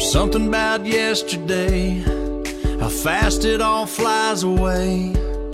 something about yesterday, how fast it all flies away.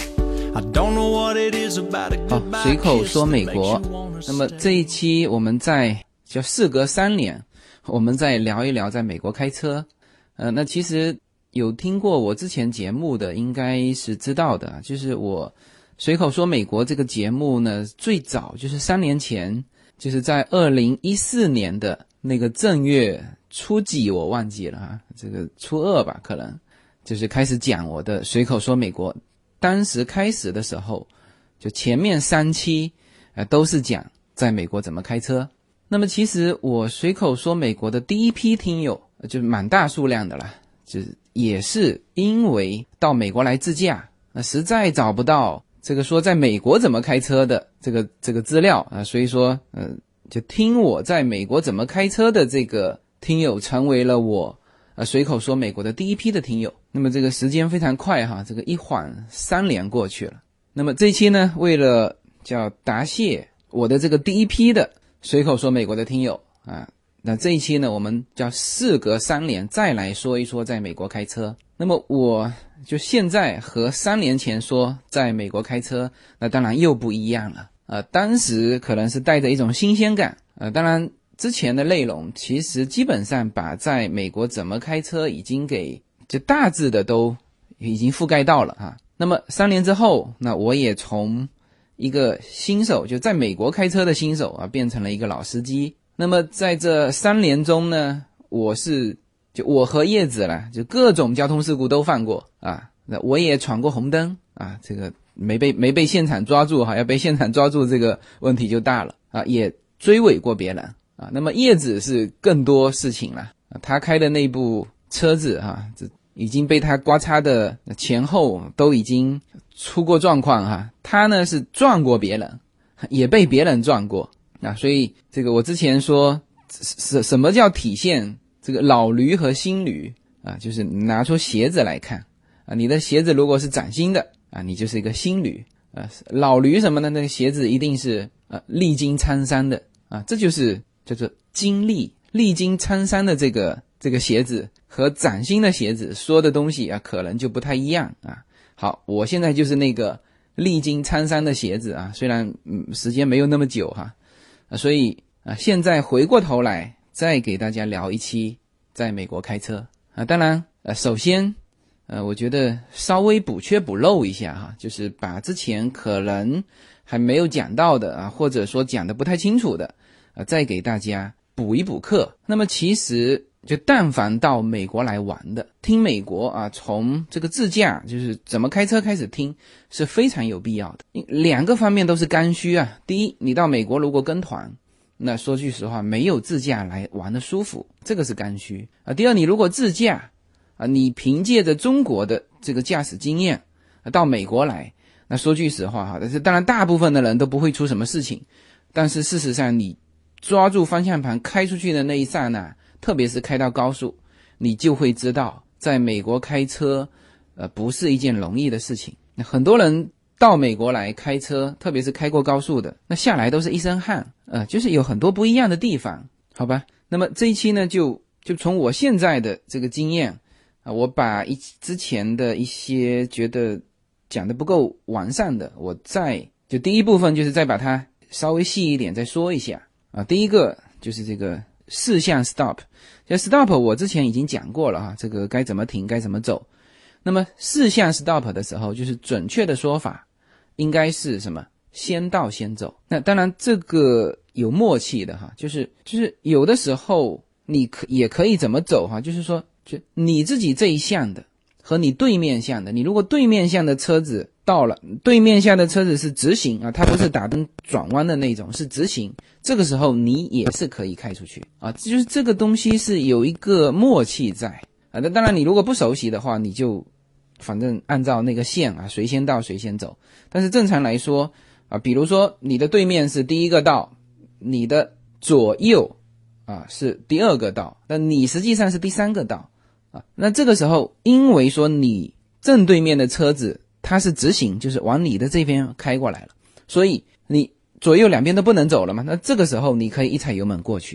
I don't know what it is about a goodbye 随口 kiss 说 that 美 makes 国 you wanna 那么 say. 这一期我们就事隔3年，我们再聊一聊在美国开车。那其实有听过我之前节目的应该是知道的，就是我随口说美国这个节目呢，最早就是3年前，就是在2014年的那个正月初几我忘记了啊，这个初2吧，可能就是开始讲我的随口说美国。当时开始的时候，就前面3期都是讲在美国怎么开车。那么其实我随口说美国的第一批听友就是蛮大数量的啦，就是也是因为到美国来自驾，实在找不到这个说在美国怎么开车的这个资料啊，所以说就听我在美国怎么开车的这个听友成为了我随口说美国的第一批的听友。那么这个时间非常快哈，这个一晃3年过去了。那么这一期呢，为了叫答谢我的这个第一批的随口说美国的听友啊，那这一期呢，我们叫事隔3年再来说一说在美国开车。那么我就现在和3年前说在美国开车，那当然又不一样了。当时可能是带着一种新鲜感，当然之前的内容其实基本上把在美国怎么开车已经给就大致的都已经覆盖到了啊。那么3年之后，那我也从一个新手，就在美国开车的新手变成了一个老司机。那么在这3年中呢，我和叶子啦，就各种交通事故都犯过啊。那我也闯过红灯啊，这个没被现场抓住哈，要被现场抓住这个问题就大了啊。也追尾过别人啊。那么叶子是更多事情了啊，他开的那部车子哈，这已经被他刮擦的前后都已经出过状况哈。他呢是撞过别人，也被别人撞过啊。所以这个我之前说什么叫体现这个老驴和新驴啊，就是拿出鞋子来看啊，你的鞋子如果是崭新的啊，你就是一个新驴啊。老驴什么呢？那个鞋子一定是历经沧桑的啊，这就是叫做历经沧桑的这个鞋子和崭新的鞋子说的东西啊，可能就不太一样啊。好，我现在就是那个历经沧桑的鞋子啊，虽然时间没有那么久哈，所以现在回过头来再给大家聊一期在美国开车啊。当然首先我觉得稍微补缺补漏一下哈，就是把之前可能还没有讲到的啊，或者说讲的不太清楚的再给大家补一补课。那么其实就但凡到美国来玩的，听美国啊，从这个自驾就是怎么开车开始听是非常有必要的。2个方面都是刚需啊。第一，你到美国如果跟团，那说句实话没有自驾来玩的舒服，这个是刚需啊。第二，你如果自驾你凭借着中国的这个驾驶经验到美国来，那说句实话但是当然大部分的人都不会出什么事情，但是事实上你抓住方向盘开出去的那一刹那，特别是开到高速，你就会知道在美国开车不是一件容易的事情。很多人到美国来开车，特别是开过高速的，那下来都是一身汗就是有很多不一样的地方，好吧。那么这一期呢就从我现在的这个经验我把之前的一些觉得讲的不够完善的，我就第一部分就是再把它稍微细一点再说一下第一个就是这个4项 stop。 这 stop 我之前已经讲过了这个该怎么停该怎么走。那么4项 stop 的时候，就是准确的说法应该是什么？先到先走。那当然这个有默契的就是有的时候你也可以怎么走就是说就你自己这一项的和你对面向的，你如果对面向的车子到了，对面向的车子是直行它不是打灯转弯的那种，是直行，这个时候你也是可以开出去就是这个东西是有一个默契在那当然你如果不熟悉的话，你就反正按照那个线谁先到谁先走。但是正常来说比如说你的对面是第一个到，你的左右是第2个到，那你实际上是第3个到那这个时候因为说你正对面的车子它是直行，就是往你的这边开过来了，所以你左右两边都不能走了嘛，那这个时候你可以一踩油门过去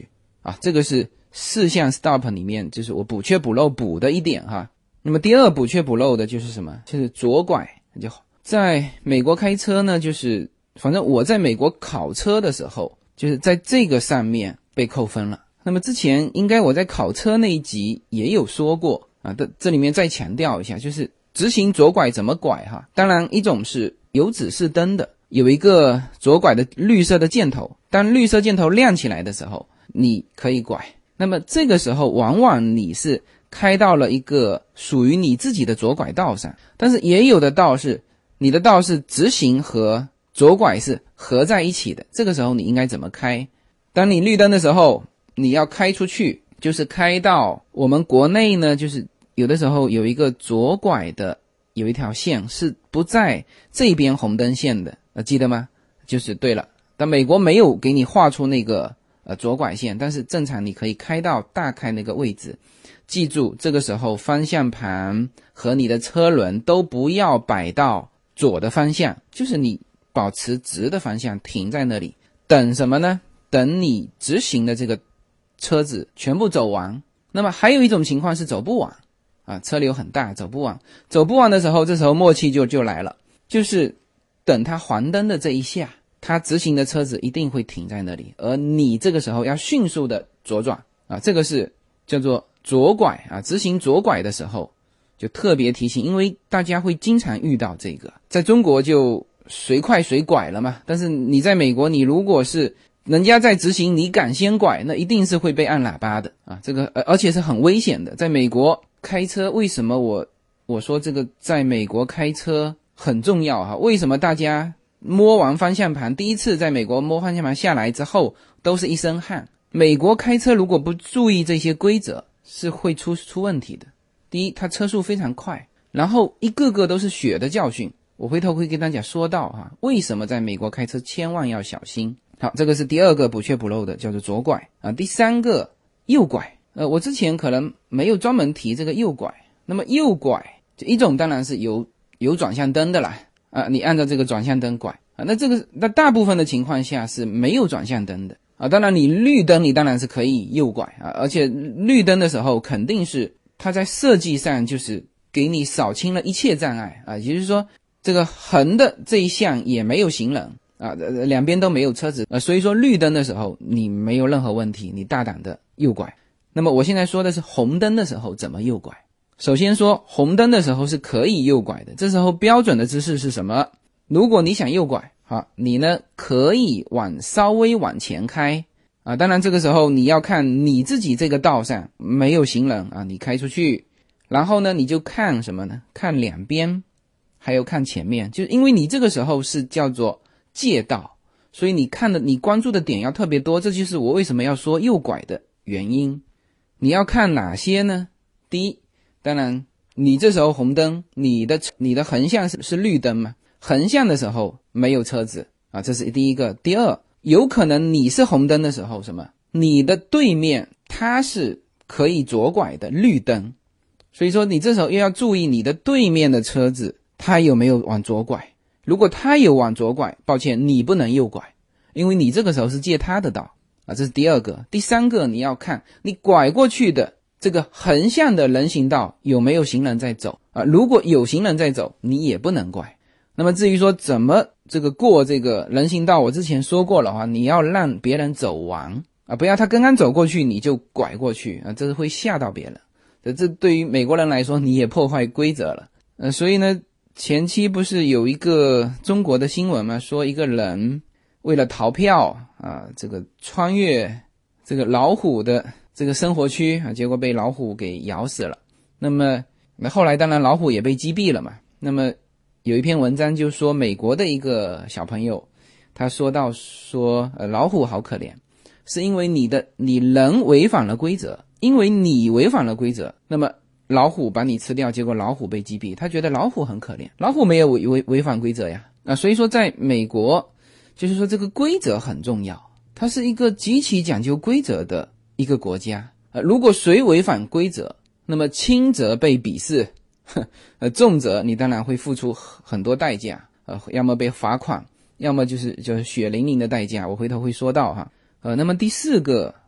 啊，这个是4项 stop 里面就是我补缺补漏补的一点哈。那么第二补缺补漏的就是什么？就是左拐。就在美国开车呢，就是反正我在美国考车的时候，就是在这个上面被扣分了。那么之前应该我在考车那一集也有说过啊，这里面再强调一下，就是直行左拐怎么拐哈。当然一种是有指示灯的，有一个左拐的绿色的箭头，当绿色箭头亮起来的时候你可以拐。那么这个时候往往你是开到了一个属于你自己的左拐道上，但是也有的道是你的道是直行和左拐是合在一起的，这个时候你应该怎么开？当你绿灯的时候你要开出去，就是开到我们国内呢，就是有的时候有一个左拐的有一条线是不在这边红灯线的，记得吗？就是对了，但美国没有给你画出那个左拐线，但是正常你可以开到大概那个位置。记住这个时候方向盘和你的车轮都不要摆到左的方向，就是你保持直的方向停在那里，等什么呢？等你直行的这个车子全部走完。那么还有一种情况是走不完啊，车流很大走不完的时候，这时候默契就来了，就是等它黄灯的这一下，它直行的车子一定会停在那里，而你这个时候要迅速的左转啊，这个是叫做左拐啊，直行左拐的时候就特别提醒，因为大家会经常遇到这个，在中国就随快随拐了嘛，但是你在美国，你如果是人家在直行你敢先拐，那一定是会被按喇叭的啊，这个而且是很危险的。在美国开车，为什么我说这个在美国开车很重要哈？为什么大家摸完方向盘，第一次在美国摸方向盘下来之后都是一身汗？美国开车如果不注意这些规则是会出问题的。第一，它车速非常快，然后一个个都是血的教训，我回头会跟大家说到哈，为什么在美国开车千万要小心。好，这个是第二个补缺补漏的，叫做左拐啊。第三个右拐，我之前可能没有专门提这个右拐。那么右拐一种当然是有转向灯的啦啊，你按照这个转向灯拐啊，那大部分的情况下是没有转向灯的啊。当然你绿灯你当然是可以右拐啊，而且绿灯的时候肯定是它在设计上就是给你扫清了一切障碍啊，也就是说这个横的这一项也没有行人啊，两边都没有车子所以说绿灯的时候你没有任何问题，你大胆的右拐。那么我现在说的是红灯的时候怎么右拐。首先说红灯的时候是可以右拐的，这时候标准的姿势是什么？如果你想右拐好，你呢可以稍微往前开啊，当然这个时候你要看你自己这个道上没有行人啊，你开出去，然后呢你就看什么呢？看两边还有看前面，就是因为你这个时候是叫做借道，所以你关注的点要特别多，这就是我为什么要说右拐的原因。你要看哪些呢？第一，当然你这时候红灯，你的横向是绿灯嘛，横向的时候没有车子啊，这是第一个。第二，有可能你是红灯的时候什么？你的对面它是可以左拐的绿灯，所以说你这时候又要注意你的对面的车子它有没有往左拐。如果他有往左拐，抱歉，你不能右拐，因为你这个时候是借他的道啊，这是第二个。第三个，你要看你拐过去的这个横向的人行道有没有行人在走啊，如果有行人在走，你也不能拐。那么至于说怎么这个过这个人行道，我之前说过了哈，你要让别人走完啊，不要他刚刚走过去你就拐过去啊，这是会吓到别人。这对于美国人来说，你也破坏规则了。所以呢，前期不是有一个中国的新闻吗？说一个人为了逃票啊，这个穿越这个老虎的这个生活区啊，结果被老虎给咬死了。那么后来当然老虎也被击毙了嘛。那么有一篇文章就说美国的一个小朋友，他说到说老虎好可怜，是因为你人违反了规则，因为你违反了规则，那么老虎把你吃掉，结果老虎被击毙，他觉得老虎很可怜，老虎没有违反规则呀所以说在美国就是说这个规则很重要，它是一个极其讲究规则的一个国家如果谁违反规则，那么轻则被鄙视重则你当然会付出很多代价要么被罚款，要么就是血淋淋的代价，我回头会说到哈那么第四个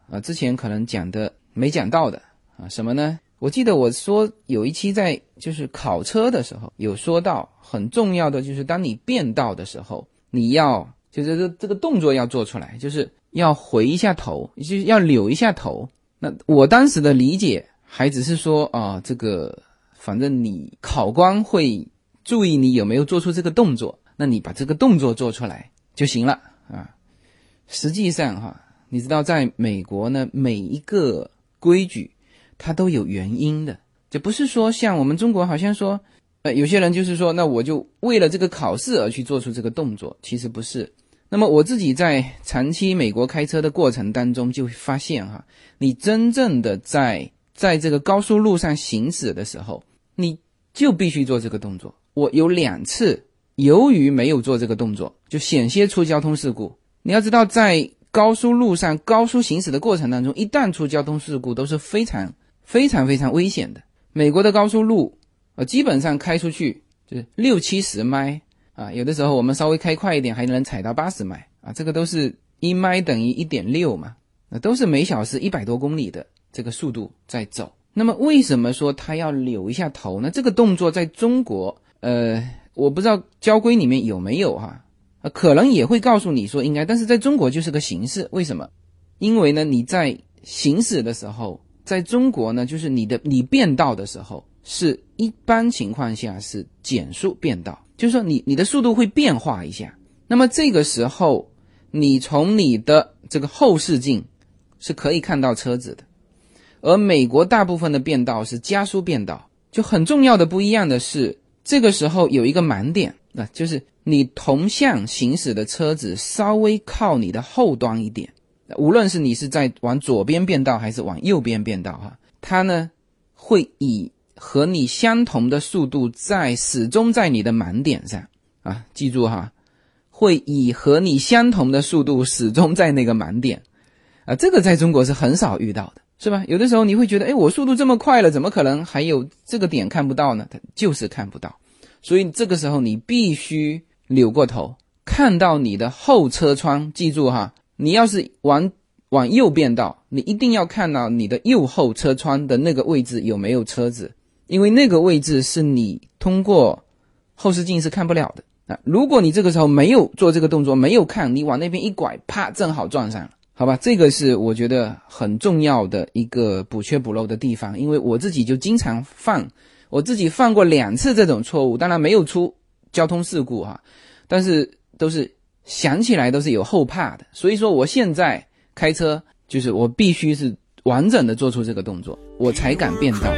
之前可能讲的没讲到的什么呢？我记得我说有一期在就是考车的时候有说到很重要的，就是当你变道的时候，你要就是这个动作要做出来，就是要回一下头，就是要扭一下头。那我当时的理解还只是说这个反正你考官会注意你有没有做出这个动作，那你把这个动作做出来就行了实际上你知道在美国呢，每一个规矩它都有原因的，就不是说像我们中国好像说有些人就是说那我就为了这个考试而去做出这个动作，其实不是。那么我自己在长期美国开车的过程当中就会发现你真正的在这个高速路上行驶的时候，你就必须做这个动作。我有2次由于没有做这个动作就险些出交通事故。你要知道在高速路上高速行驶的过程当中，一旦出交通事故都是非常非常非常危险的。美国的高速路基本上开出去就是60-70迈有的时候我们稍微开快一点还能踩到80迈这个都是1迈等于 1.6 嘛，都是每小时100多公里的这个速度在走。那么为什么说他要扭一下头呢？这个动作在中国我不知道交规里面有没有可能也会告诉你说应该，但是在中国就是个形式。为什么？因为呢你在行驶的时候，在中国呢就是你变道的时候是一般情况下是减速变道，就是说你的速度会变化一下。那么这个时候你从你的这个后视镜是可以看到车子的，而美国大部分的变道是加速变道。就很重要的不一样的是，这个时候有一个盲点，就是你同向行驶的车子稍微靠你的后端一点，无论是你是在往左边变道还是往右边变道它呢会以和你相同的速度始终在你的盲点上记住会以和你相同的速度始终在那个盲点这个在中国是很少遇到的，是吧？有的时候你会觉得我速度这么快了，怎么可能还有这个点看不到呢？它就是看不到。所以这个时候你必须扭过头看到你的后车窗，记住你要是往右变道，你一定要看到你的右后车窗的那个位置有没有车子，因为那个位置是你通过后视镜是看不了的如果你这个时候没有做这个动作，没有看，你往那边一拐，啪，正好撞上了，好吧？这个是我觉得很重要的一个补缺补漏的地方，因为我自己就经常我自己犯过2次这种错误，当然没有出交通事故但是都是想起来都是有后怕的。所以说我现在开车就是我必须是完整的做出这个动作，我才敢变道。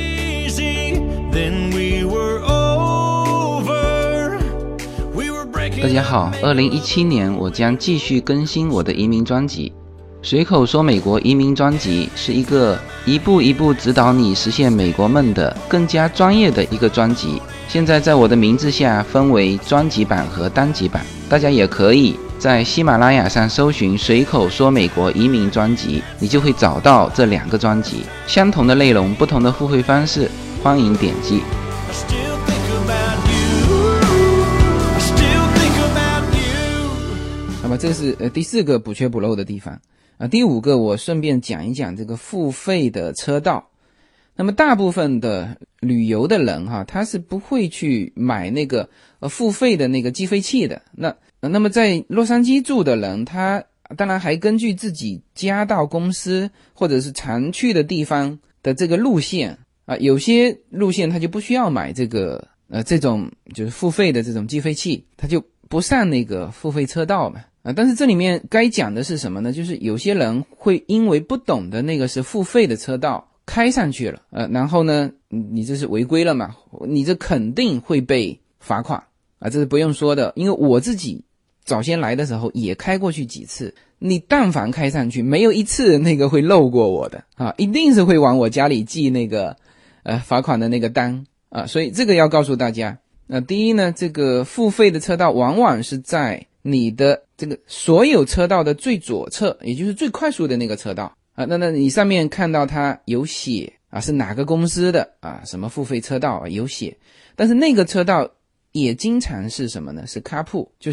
大家好，2017年我将继续更新我的移民专辑。随口说美国移民专辑是一个一步一步指导你实现美国梦的更加专业的一个专辑。现在在我的名字下分为专辑版和单集版，大家也可以在喜马拉雅上搜寻随口说美国移民专辑，你就会找到这2个专辑，相同的内容，不同的付费方式，欢迎点击。那么这是第4个补缺补漏的地方第5个我顺便讲一讲这个付费的车道。那么大部分的旅游的人他是不会去买那个付费的那个计费器的。那么在洛杉矶住的人，他当然还根据自己家到公司或者是常去的地方的这个路线有些路线他就不需要买这个这种就是付费的这种计费器，他就不上那个付费车道嘛但是这里面该讲的是什么呢？就是有些人会因为不懂的那个是付费的车道开上去了然后呢你这是违规了嘛，你这肯定会被罚款这是不用说的。因为我自己早先来的时候也开过去几次，你但凡开上去没有一次那个会漏过我的一定是会往我家里寄那个罚款的那个单所以这个要告诉大家。第一呢，这个付费的车道往往是在你的这个所有车道的最左侧，也就是最快速的那个车道那你上面看到它有写是哪个公司的什么付费车道有写，但是那个车道也经常是什么呢？是卡铺，就是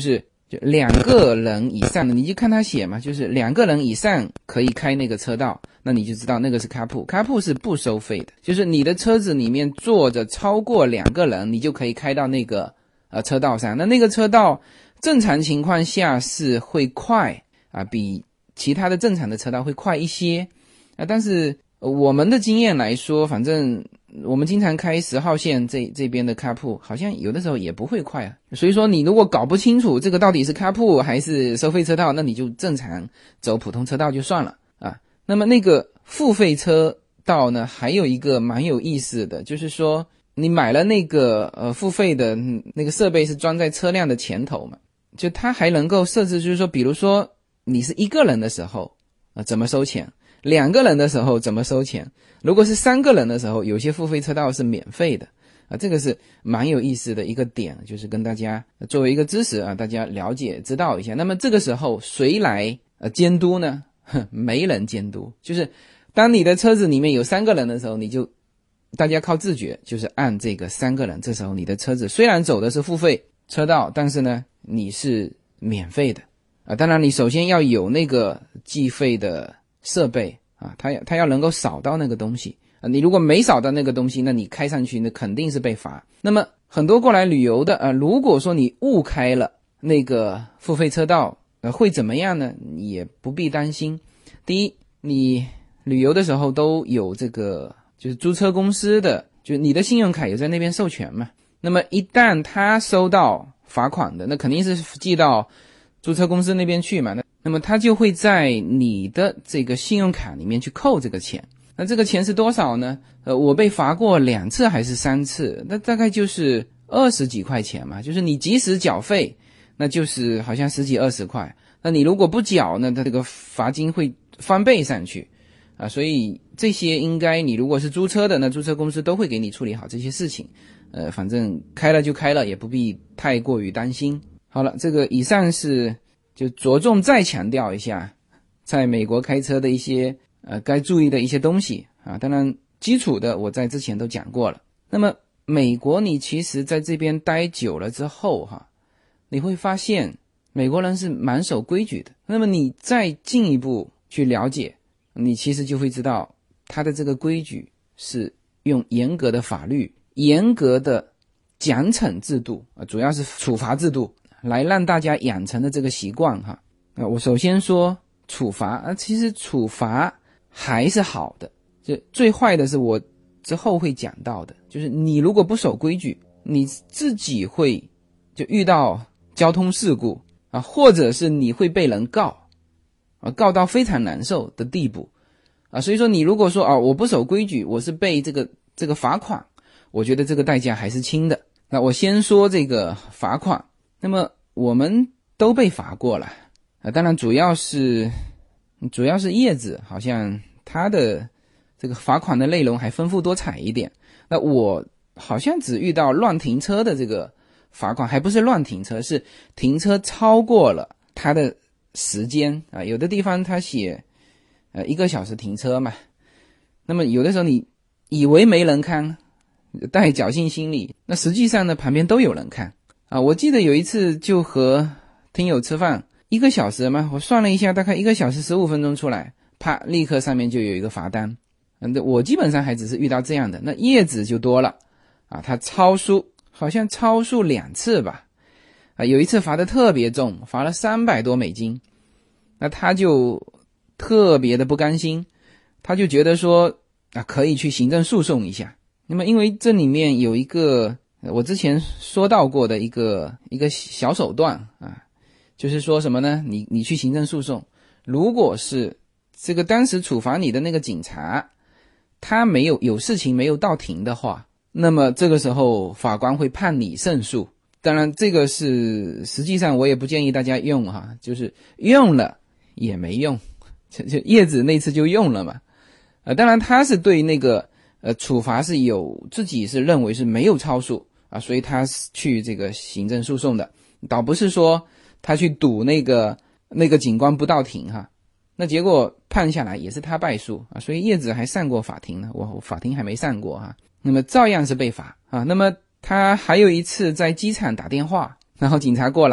就2个人以上的，你就看他写嘛，就是2个人以上可以开那个车道，那你就知道那个是卡铺。卡铺是不收费的，就是你的车子里面坐着超过2个人，你就可以开到那个车道上。那个车道正常情况下是会快比其他的正常的车道会快一些但是我们的经验来说，反正我们经常开10号线这边的卡铺，好像有的时候也不会快所以说你如果搞不清楚这个到底是卡铺还是收费车道，那你就正常走普通车道就算了那么那个付费车道呢，还有一个蛮有意思的，就是说你买了那个付费的那个设备是装在车辆的前头嘛，就它还能够设置，就是说比如说你是1个人的时候怎么收钱，2个人的时候怎么收钱，如果是3个人的时候，有些付费车道是免费的这个是蛮有意思的一个点，就是跟大家作为一个知识大家了解知道一下。那么这个时候谁来监督呢？没人监督，就是当你的车子里面有3个人的时候，大家靠自觉，就是按这个3个人，这时候你的车子虽然走的是付费车道，但是呢你是免费的当然你首先要有那个计费的设备它要能够扫到那个东西你如果没扫到那个东西，那你开上去那肯定是被罚。那么很多过来旅游的如果说你误开了那个付费车道会怎么样呢？你也不必担心。第一，你旅游的时候都有这个就是租车公司的，就是你的信用卡也在那边授权嘛。那么一旦他收到罚款的，那肯定是寄到租车公司那边去嘛，那么他就会在你的这个信用卡里面去扣这个钱。那这个钱是多少呢？我被罚过2次还是3次，那大概就是20几块钱嘛，就是你即使缴费，那就是好像10几20块。那你如果不缴呢，它这个罚金会翻倍上去所以这些应该你如果是租车的，那租车公司都会给你处理好这些事情。反正开了就开了，也不必太过于担心。好了，这个以上是就着重再强调一下在美国开车的一些该注意的一些东西当然基础的我在之前都讲过了。那么美国你其实在这边待久了之后你会发现美国人是蛮守规矩的。那么你再进一步去了解，你其实就会知道他的这个规矩是用严格的法律、严格的奖惩制度主要是处罚制度来让大家养成的这个习惯我首先说处罚其实处罚还是好的，就最坏的是我之后会讲到的，就是你如果不守规矩，你自己会就遇到交通事故或者是你会被人告到非常难受的地步所以说你如果说我不守规矩，我是被这个罚款，我觉得这个代价还是轻的。那我先说这个罚款，那么我们都被罚过了当然主要是叶子好像他的这个罚款的内容还丰富多彩一点。那我好像只遇到乱停车的这个罚款，还不是乱停车，是停车超过了他的时间有的地方他写1个小时停车嘛，那么有的时候你以为没人看，带侥幸心理，那实际上呢旁边都有人看我记得有一次就和听友吃饭1个小时嘛，我算了一下大概1个小时15分钟出来，啪立刻上面就有一个罚单我基本上还只是遇到这样的。那叶子就多了他超速，好像超速2次吧有一次罚的特别重，罚了$300多，那他就特别的不甘心，他就觉得说可以去行政诉讼一下。那么因为这里面有一个我之前说到过的一个小手段就是说什么呢，你去行政诉讼，如果是这个当时处罚你的那个警察他有事情没有到庭的话，那么这个时候法官会判你胜诉。当然这个是实际上我也不建议大家用就是用了也没用，就叶子那次就用了嘛当然他是对那个处罚是有自己是认为是没有超速所以他去这个行政诉讼的，倒不是说他去赌那个警官不到庭那结果判下来也是他败诉所以叶子还上过法庭呢，我法庭还没上过那么照样是被罚那么他还有一次在机场打电话，然后警察过来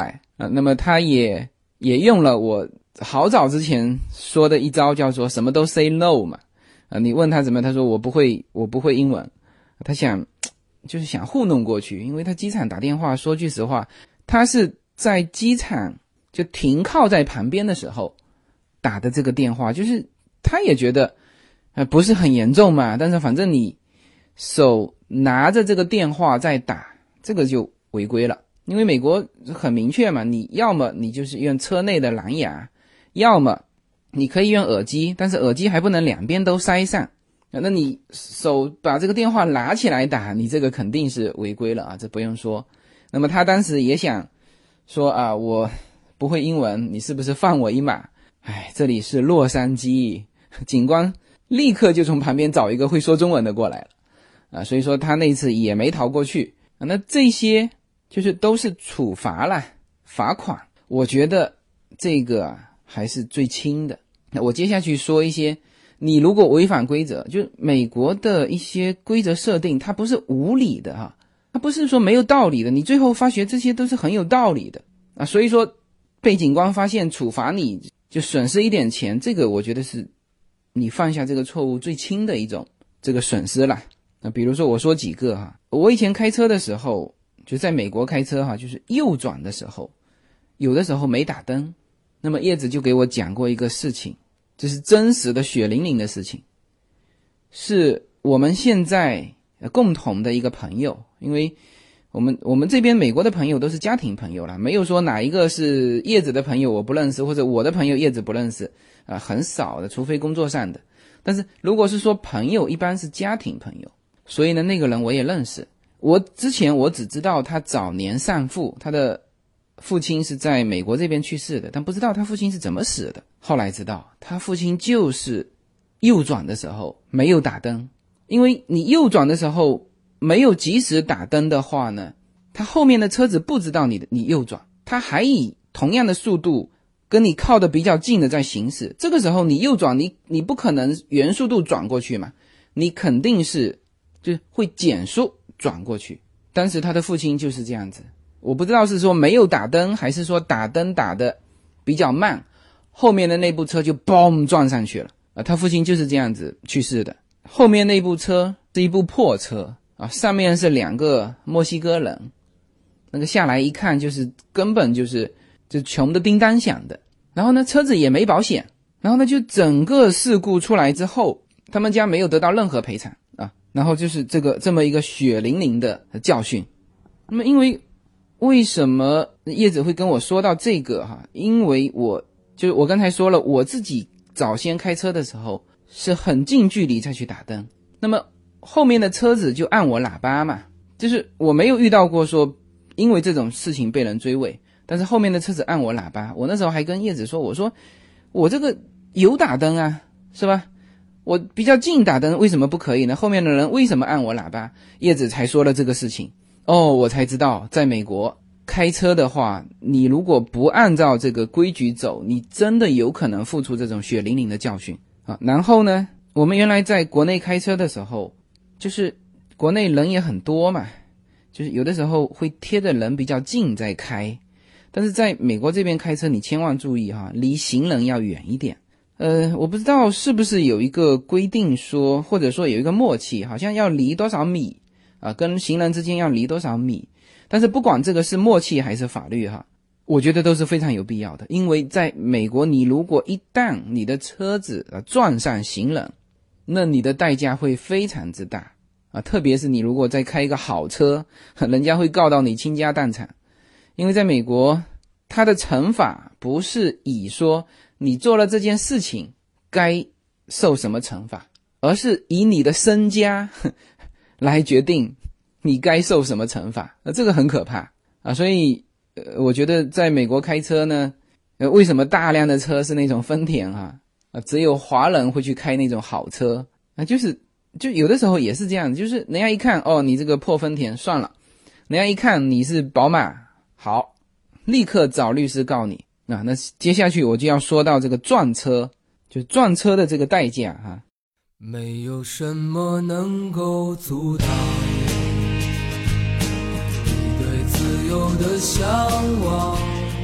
那么他也用了我好早之前说的一招，叫做什么都 say no 嘛。你问他怎么，他说我不会英文。他就是想糊弄过去，因为他机场打电话，说句实话，他是在机场就停靠在旁边的时候打的这个电话，就是他也觉得不是很严重嘛，但是反正你手拿着这个电话在打，这个就违规了。因为美国很明确嘛，你要么你就是用车内的蓝牙，要么你可以用耳机，但是耳机还不能两边都塞上。那你手把这个电话拿起来打，你这个肯定是违规了啊，这不用说。那么他当时也想说啊，我不会英文，你是不是放我一马？这里是洛杉矶，警官立刻就从旁边找一个会说中文的过来了所以说他那次也没逃过去那这些就是都是处罚啦，罚款。我觉得这个还是最轻的。那我接下去说一些你如果违反规则，就美国的一些规则设定，它不是无理的它不是说没有道理的，你最后发觉这些都是很有道理的所以说被警官发现处罚你就损失一点钱，这个我觉得是你犯下这个错误最轻的一种这个损失啦。那比如说我说几个我以前开车的时候，就在美国开车就是右转的时候，有的时候没打灯。那么叶子就给我讲过一个事情，这是真实的血淋淋的事情，是我们现在共同的一个朋友。因为我们这边美国的朋友都是家庭朋友啦，没有说哪一个是叶子的朋友我不认识，或者我的朋友叶子不认识很少的，除非工作上的。但是如果是说朋友，一般是家庭朋友，所以呢那个人我也认识。之前我只知道他早年丧父，他的父亲是在美国这边去世的，但不知道他父亲是怎么死的。后来知道他父亲就是右转的时候没有打灯，因为你右转的时候没有及时打灯的话呢，他后面的车子不知道你右转，他还以同样的速度跟你靠得比较近的在行驶。这个时候你右转，你不可能原速度转过去嘛，你肯定是就会减速转过去。当时他的父亲就是这样子，我不知道是说没有打灯，还是说打灯打得比较慢，后面的那部车就嘣撞上去了他父亲就是这样子去世的。后面那部车是一部破车上面是2个墨西哥人，那个下来一看就是根本就穷的叮当响的。然后呢车子也没保险，然后呢就整个事故出来之后，他们家没有得到任何赔偿然后就是这么一个血淋淋的教训。那么因为什么叶子会跟我说到这个因为我刚才说了，我自己早先开车的时候是很近距离再去打灯，那么后面的车子就按我喇叭嘛，就是我没有遇到过说因为这种事情被人追尾，但是后面的车子按我喇叭。我那时候还跟叶子说，我说我这个有打灯是吧，我比较近打灯为什么不可以呢？后面的人为什么按我喇叭？叶子才说了这个事情我才知道在美国开车的话，你如果不按照这个规矩走，你真的有可能付出这种血淋淋的教训然后呢我们原来在国内开车的时候，就是国内人也很多嘛，就是有的时候会贴着人比较近在开，但是在美国这边开车你千万注意离行人要远一点。我不知道是不是有一个规定说，或者说有一个默契，好像要离多少米跟行人之间要离多少米。但是不管这个是默契还是法律我觉得都是非常有必要的。因为在美国，你如果一旦你的车子撞上行人，那你的代价会非常之大特别是你如果再开一个好车，人家会告到你倾家荡产。因为在美国它的惩罚不是以说你做了这件事情该受什么惩罚，而是以你的身家来决定你该受什么惩罚这个很可怕所以我觉得在美国开车呢为什么大量的车是那种丰田只有华人会去开那种好车就有的时候也是这样，就是人家一看你这个破丰田算了，人家一看你是宝马，好，立刻找律师告你那接下去我就要说到这个撞车，就撞车的这个代价没有什么能够阻挡你对自由的向往，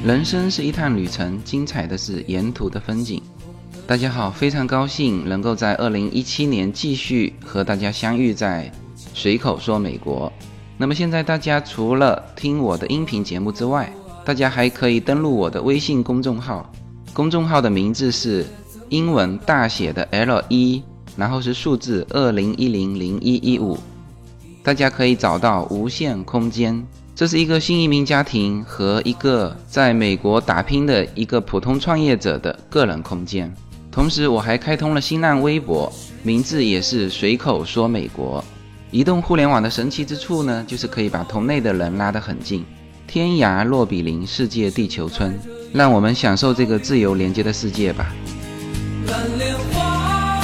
人生是一趟旅程，精彩的是沿途的风景。大家好，非常高兴能够在2017年继续和大家相遇在随口说美国。那么现在大家除了听我的音频节目之外，大家还可以登录我的微信公众号，公众号的名字是英文大写的 L1， 然后是数字20100115，大家可以找到无限空间。这是一个新移民家庭和一个在美国打拼的一个普通创业者的个人空间。同时我还开通了新浪微博，名字也是随口说美国。移动互联网的神奇之处呢，就是可以把同类的人拉得很近，天涯若比邻，世界地球村。让我们享受这个自由连接的世界吧。 蓝莲花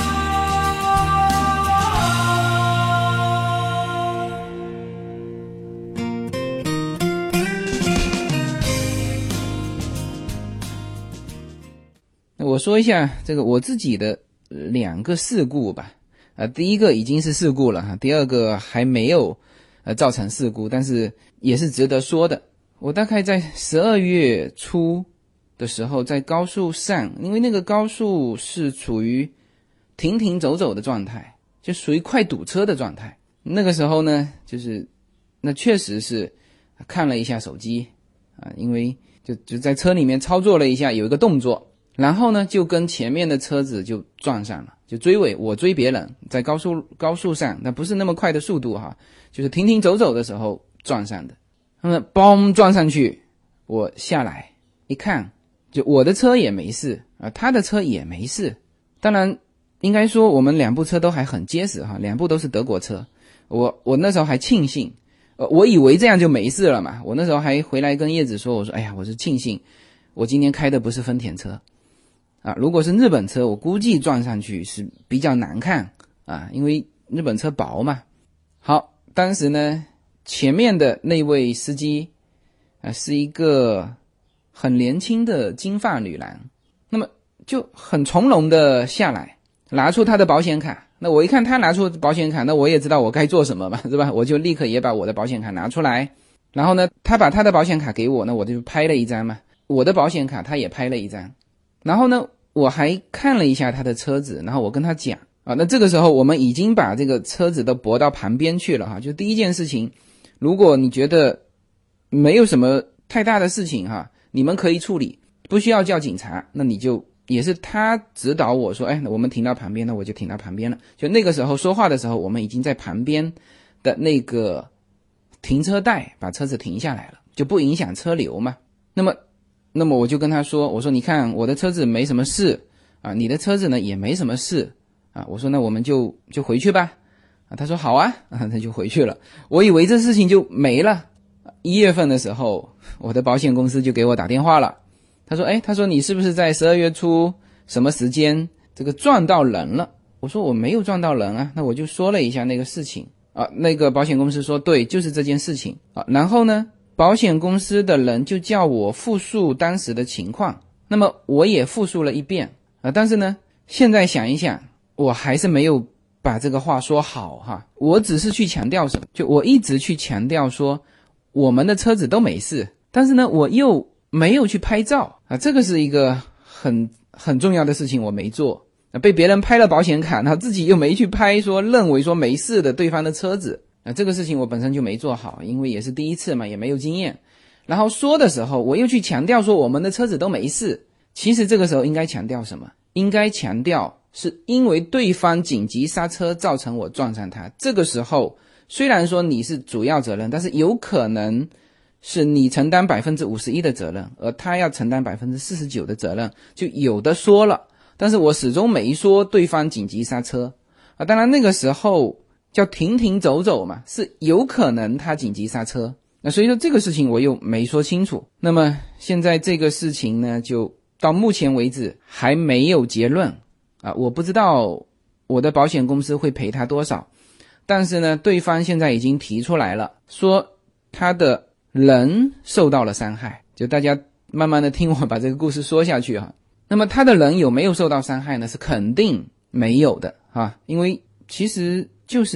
我说一下这个我自己的2个事故吧。第一个已经是事故了，第二个还没有造成事故，但是也是值得说的。我大概在12月初的时候，在高速上，因为那个高速是处于停停走走的状态，就属于快堵车的状态。那个时候呢，就是那确实是看了一下手机因为就在车里面操作了一下，有一个动作，然后呢就跟前面的车子就撞上了，就追尾，我追别人，在高速上，那不是那么快的速度就是停停走走的时候撞上的。那么嘣撞上去，我下来一看，就我的车也没事他的车也没事。当然应该说我们2部车都还很结实2部都是德国车。我那时候还庆幸，我以为这样就没事了嘛。我那时候还回来跟叶子说，我说哎呀，我是庆幸我今天开的不是丰田车如果是日本车，我估计撞上去是比较难看因为日本车薄嘛。好，当时呢前面的那位司机是一个很年轻的金发女郎，那么就很从容的下来，拿出她的保险卡。那我一看她拿出保险卡，那我也知道我该做什么嘛，是吧？我就立刻也把我的保险卡拿出来，然后呢她把她的保险卡给我，那我就拍了一张嘛，我的保险卡她也拍了一张。然后呢我还看了一下他的车子，然后我跟他讲那这个时候我们已经把这个车子都泊到旁边去了就第一件事情，如果你觉得没有什么太大的事情你们可以处理，不需要叫警察，那你就也是他指导我说我们停到旁边，那我就停到旁边了。就那个时候说话的时候，我们已经在旁边的那个停车带把车子停下来了，就不影响车流嘛。那么我就跟他说，我说你看我的车子没什么事你的车子呢也没什么事我说那我们就回去吧他说好他就回去了。我以为这事情就没了。1月份的时候，我的保险公司就给我打电话了，他说你是不是在12月初什么时间这个撞到人了？我说我没有撞到人那我就说了一下那个事情那个保险公司说对，就是这件事情然后呢保险公司的人就叫我复述当时的情况，那么我也复述了一遍但是呢现在想一想，我还是没有把这个话说好我只是去强调什么，就我一直去强调说我们的车子都没事，但是呢我又没有去拍照这个是一个很重要的事情我没做被别人拍了保险卡，然后自己又没去拍说认为说没事的对方的车子这个事情我本身就没做好，因为也是第一次嘛，也没有经验。然后说的时候我又去强调说我们的车子都没事，其实这个时候应该强调什么？应该强调是因为对方紧急刹车造成我撞上他。这个时候虽然说你是主要责任，但是有可能是你承担 51% 的责任，而他要承担 49% 的责任，就有的说了。但是我始终没说对方紧急刹车当然那个时候叫停停走走嘛，是有可能他紧急刹车，那所以说这个事情我又没说清楚。那么现在这个事情呢，就到目前为止还没有结论我不知道我的保险公司会赔他多少，但是呢对方现在已经提出来了，说他的人受到了伤害。就大家慢慢的听我把这个故事说下去那么他的人有没有受到伤害呢？是肯定没有的因为其实就是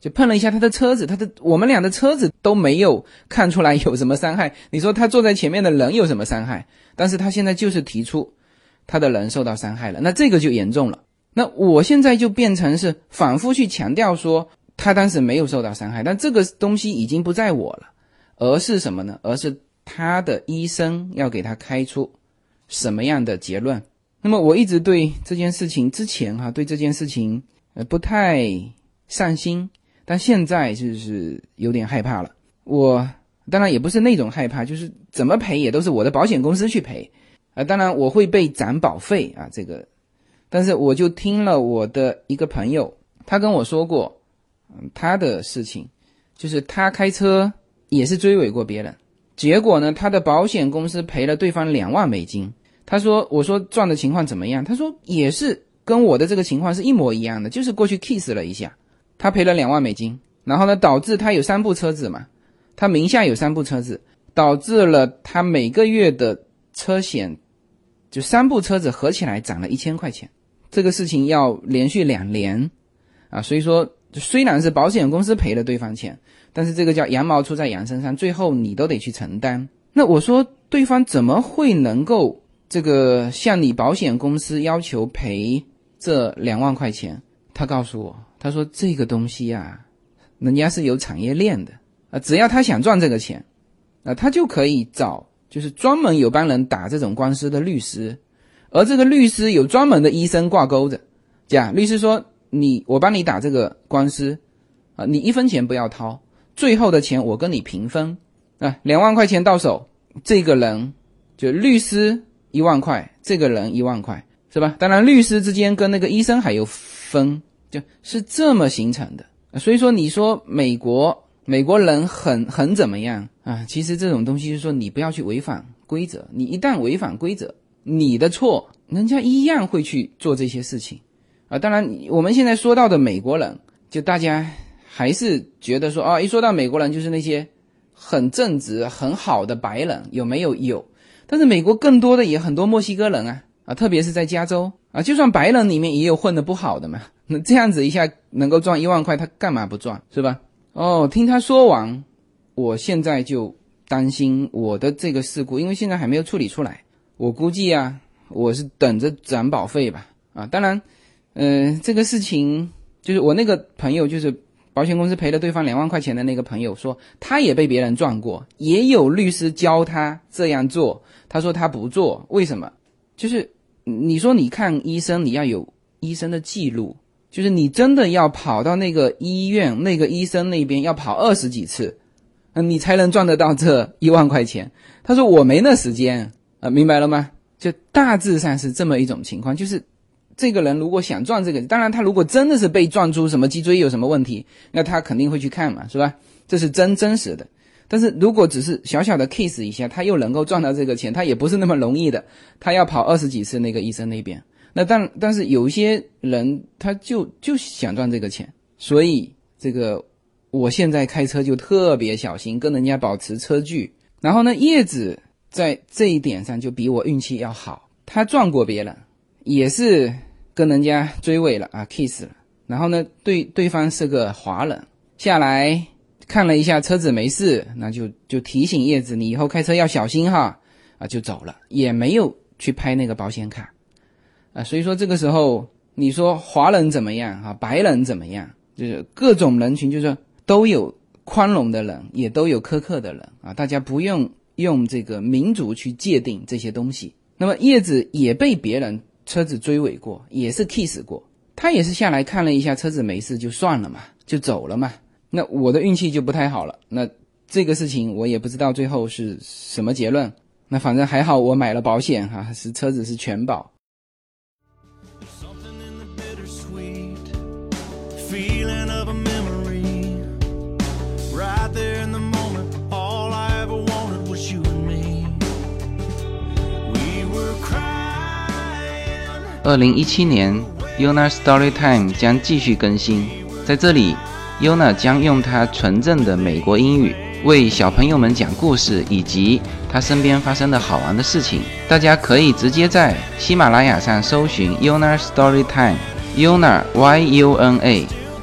就碰了一下他的车子，我们俩的车子都没有看出来有什么伤害，你说他坐在前面的人有什么伤害？但是他现在就是提出他的人受到伤害了，那这个就严重了。那我现在就变成是反复去强调说他当时没有受到伤害，但这个东西已经不在我了，而是什么呢？而是他的医生要给他开出什么样的结论。那么我一直对这件事情之前对这件事情不太上心，但现在就是有点害怕了。我当然也不是那种害怕，就是怎么赔也都是我的保险公司去赔当然我会被涨保费这个，但是我就听了我的一个朋友，他跟我说过他的事情，就是他开车也是追尾过别人，结果呢他的保险公司赔了对方2万美金。他说，我说撞的情况怎么样？他说也是跟我的这个情况是一模一样的，就是过去 kiss 了一下，他赔了2万美金，然后呢导致他有3部车子嘛，他名下有3部车子，导致了他每个月的车险就3部车子合起来涨了1000块钱。这个事情要连续2年所以说虽然是保险公司赔了对方钱，但是这个叫羊毛出在羊身上，最后你都得去承担。那我说对方怎么会能够这个向你保险公司要求赔这2万块钱？他告诉我，他说这个东西人家是有产业链的只要他想赚这个钱他就可以找就是专门有帮人打这种官司的律师，而这个律师有专门的医生挂钩着，这样律师说我帮你打这个官司你1分钱不要掏，最后的钱我跟你平分2万块钱到手，这个人就律师1万块，这个人1万块，是吧？当然律师之间跟那个医生还有分，就是这么形成的所以说你说美国人很怎么样其实这种东西就是说你不要去违反规则，你一旦违反规则，你的错人家一样会去做这些事情当然我们现在说到的美国人，就大家还是觉得说一说到美国人就是那些很正直很好的白人，有没有？有，但是美国更多的也很多墨西哥人特别是在加州就算白人里面也有混得不好的嘛，那这样子一下能够赚1万块，他干嘛不赚，是吧？听他说完，我现在就担心我的这个事故，因为现在还没有处理出来，我估计我是等着涨保费吧当然这个事情就是我那个朋友，就是保险公司赔了对方2万块钱的那个朋友说，他也被别人撞过，也有律师教他这样做，他说他不做，为什么？就是你说你看医生，你要有医生的记录，就是你真的要跑到那个医院那个医生那边要跑20几次你才能赚得到这1万块钱。他说我没那时间明白了吗？就大致上是这么一种情况，就是这个人如果想赚这个，当然他如果真的是被撞出什么脊椎有什么问题，那他肯定会去看嘛，是吧？这是真实的。但是如果只是小小的 case 一下，他又能够赚到这个钱，他也不是那么容易的，他要跑20几次那个医生那边。那但是有一些人他就想赚这个钱，所以这个我现在开车就特别小心，跟人家保持车距。然后呢，叶子在这一点上就比我运气要好，他撞过别人，也是跟人家追尾了kiss 了。然后呢，对方是个华人，下来看了一下车子没事，那就提醒叶子你以后开车要小心就走了，也没有去拍那个保险卡所以说这个时候你说华人怎么样白人怎么样，就是各种人群，就是都有宽容的人，也都有苛刻的人大家不用这个民族去界定这些东西。那么叶子也被别人车子追尾过，也是 kiss 过，他也是下来看了一下车子没事就算了嘛，就走了嘛。那我的运气就不太好了，那这个事情我也不知道最后是什么结论。那反正还好我买了保险是车子是全保。2017年 Yona Storytime 将继续更新，在这里 Yona 将用他纯正的美国英语为小朋友们讲故事，以及他身边发生的好玩的事情。大家可以直接在喜马拉雅上搜寻 Yona Storytime， Yona Y-U-N-A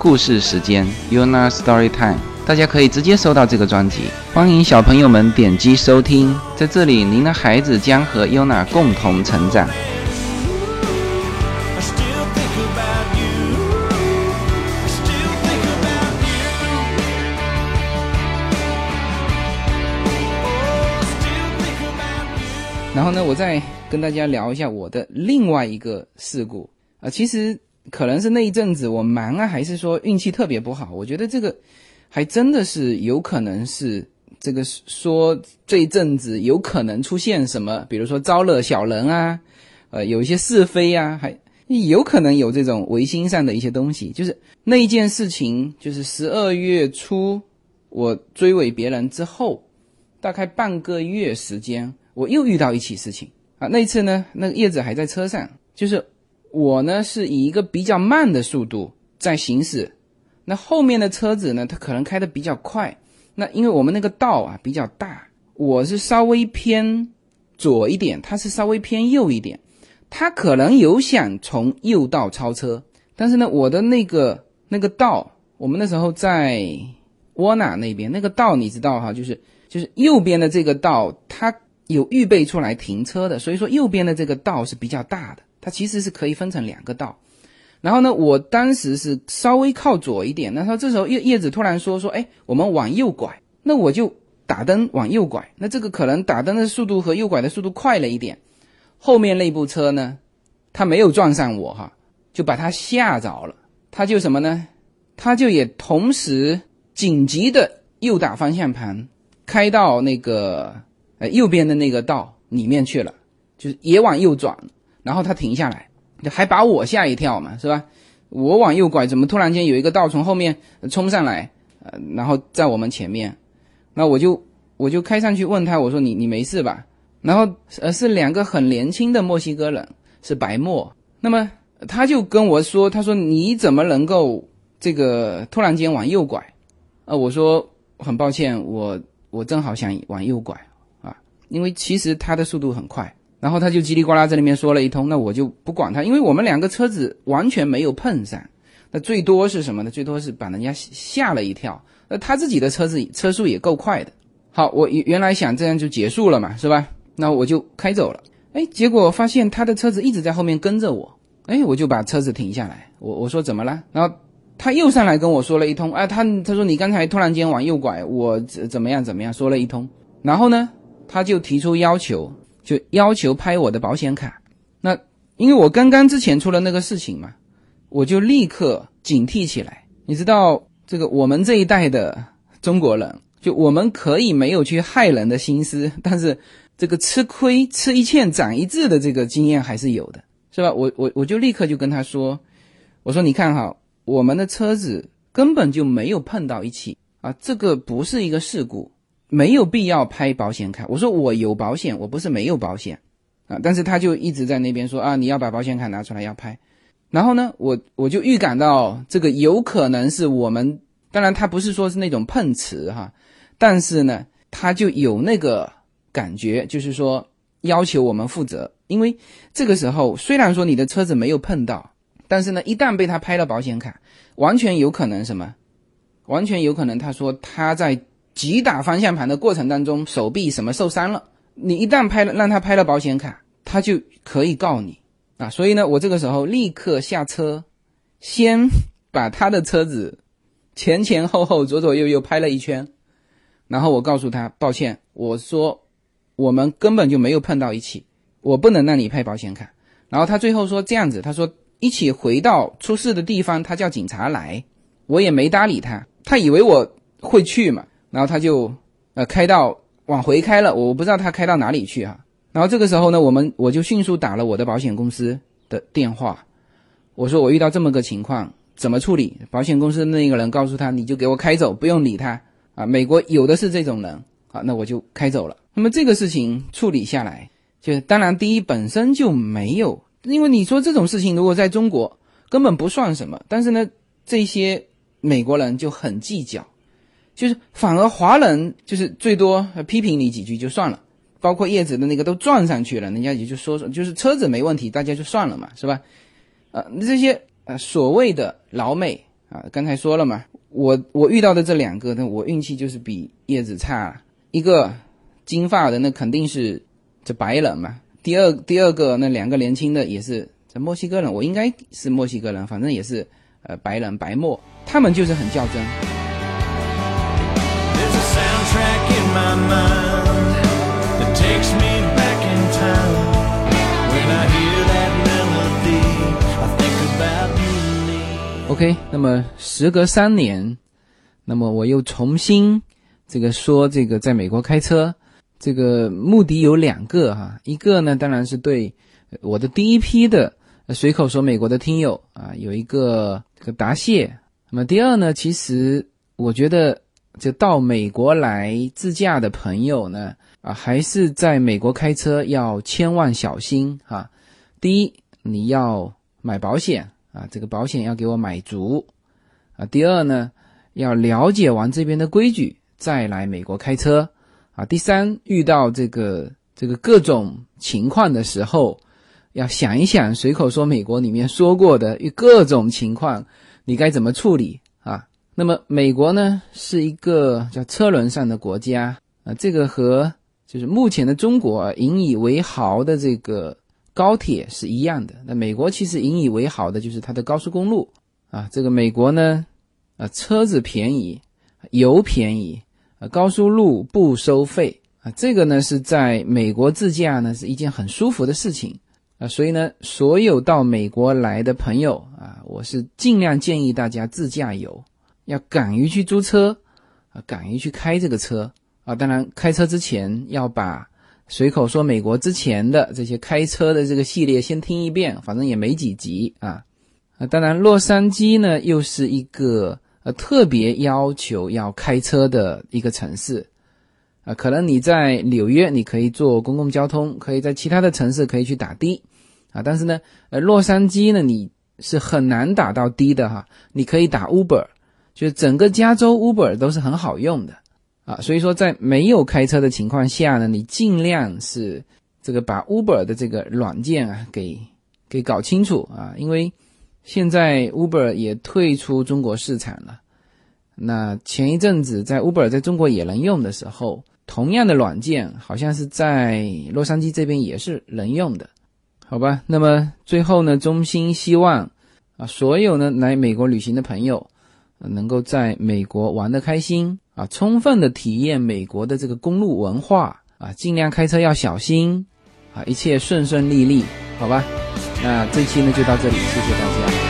故事时间 Yona Story Time， 大家可以直接搜到这个专辑，欢迎小朋友们点击收听，在这里您的孩子将和 Yona 共同成长。然后呢，我再跟大家聊一下我的另外一个事故其实可能是那一阵子我忙还是说运气特别不好，我觉得这个还真的是有可能是这个说这一阵子有可能出现什么，比如说招惹小人有一些是非还有可能有这种违心上的一些东西。就是那一件事情，就是12月初我追尾别人之后，大概半个月时间，我又遇到一起事情那一次呢，那个叶子还在车上，就是我呢是以一个比较慢的速度在行驶，那后面的车子呢，它可能开得比较快，那因为我们那个道比较大，我是稍微偏左一点，它是稍微偏右一点，它可能有想从右道超车，但是呢，我的那个道，我们那时候在沃纳那边，那个道你知道就是右边的这个道它有预备出来停车的，所以说右边的这个道是比较大的，它其实是可以分成2个道。然后呢，我当时是稍微靠左一点，那他这时候叶子突然说我们往右拐，那我就打灯往右拐，那这个可能打灯的速度和右拐的速度快了一点，后面那部车呢，他没有撞上我就把他吓着了，他就什么呢，他就也同时紧急的右打方向盘，开到那个右边的那个道里面去了，就是也往右转，然后他停下来，还把我吓一跳嘛，是吧？我往右拐，怎么突然间有一个道从后面冲上来然后在我们前面，那我就开上去问他，我说你没事吧？然后是2个很年轻的墨西哥人，是白墨，那么他就跟我说，他说你怎么能够这个突然间往右拐我说很抱歉，我正好想往右拐因为其实他的速度很快，然后他就叽里呱啦在那边说了一通，那我就不管他，因为我们2个车子完全没有碰上，那最多是什么呢？最多是把人家吓了一跳，那他自己的车速也够快的。好，我原来想这样就结束了嘛，是吧？那我就开走了，结果发现他的车子一直在后面跟着我，我就把车子停下来，我说怎么了？然后他又上来跟我说了一通他说你刚才突然间往右拐，我怎么样说了一通，然后呢他就提出要求拍我的保险卡。那因为我刚刚之前出了那个事情嘛，我就立刻警惕起来。你知道这个我们这一代的中国人，就我们可以没有去害人的心思，但是这个吃亏吃一堑长一智的这个经验还是有的，是吧？我就立刻就跟他说，我说你看我们的车子根本就没有碰到一起这个不是一个事故，没有必要拍保险卡。我说我有保险，我不是没有保险但是他就一直在那边说你要把保险卡拿出来要拍。然后呢我就预感到这个有可能是我们，当然他不是说是那种碰瓷但是呢他就有那个感觉，就是说要求我们负责。因为这个时候虽然说你的车子没有碰到，但是呢一旦被他拍了保险卡，完全有可能什么？完全有可能他说他在急打方向盘的过程当中手臂什么受伤了，你一旦让他拍了保险卡，他就可以告你所以呢我这个时候立刻下车，先把他的车子前前后后左左右右拍了一圈，然后我告诉他抱歉，我说我们根本就没有碰到一起，我不能让你拍保险卡。然后他最后说这样子，他说一起回到出事的地方，他叫警察来，我也没搭理他，他以为我会去嘛，然后他就开到往回开了，我不知道他开到哪里去然后这个时候呢我就迅速打了我的保险公司的电话，我说我遇到这么个情况怎么处理。保险公司的那个人告诉他你就给我开走，不用理他美国有的是这种人那我就开走了。那么这个事情处理下来，就当然第一本身就没有，因为你说这种事情如果在中国根本不算什么，但是呢这些美国人就很计较，就是反而华人就是最多批评你几句就算了，包括叶子的那个都撞上去了，人家也就说就是车子没问题，大家就算了嘛，是吧？这些所谓的老美刚才说了嘛，我遇到的这2个呢，我运气就是比叶子差。一个金发的那肯定是这白人嘛，第二个那2个年轻的也是这墨西哥人，我应该是墨西哥人，反正也是白人白墨，他们就是很较真。 There's a soundtrack in my mind that takes me back in time. When I hear that melody, I think about you and me. OK， 那么时隔3年，那么我又重新说这个在美国开车，这个目的有2个哈，一个呢当然是对我的第一批的随口说美国的听友有一个这个答谢。那么第二呢，其实我觉得就到美国来自驾的朋友呢还是在美国开车要千万小心第一，你要买保险这个保险要给我买足第二呢，要了解完这边的规矩再来美国开车第三，遇到这个各种情况的时候，要想一想随口说美国里面说过的各种情况你该怎么处理那么美国呢是一个叫车轮上的国家这个和就是目前的中国引以为豪的这个高铁是一样的。那美国其实引以为豪的就是它的高速公路这个美国呢车子便宜，油便宜，高速路不收费这个呢是在美国自驾呢是一件很舒服的事情所以呢所有到美国来的朋友我是尽量建议大家自驾游，要敢于去租车敢于去开这个车当然开车之前要把随口说美国之前的这些开车的这个系列先听一遍，反正也没几集当然洛杉矶呢又是一个特别要求要开车的一个城市可能你在纽约你可以坐公共交通，可以在其他的城市可以去打的但是呢洛杉矶呢你是很难打到的的你可以打 Uber， 就是整个加州 Uber 都是很好用的所以说在没有开车的情况下呢，你尽量是这个把 Uber 的这个软件给搞清楚因为现在 Uber 也退出中国市场了。那前一阵子在 Uber 在中国也能用的时候，同样的软件好像是在洛杉矶这边也是能用的，好吧。那么最后呢，衷心希望所有呢来美国旅行的朋友能够在美国玩得开心充分的体验美国的这个公路文化尽量开车要小心一切顺顺利利，好吧。那这期呢就到这里，谢谢大家。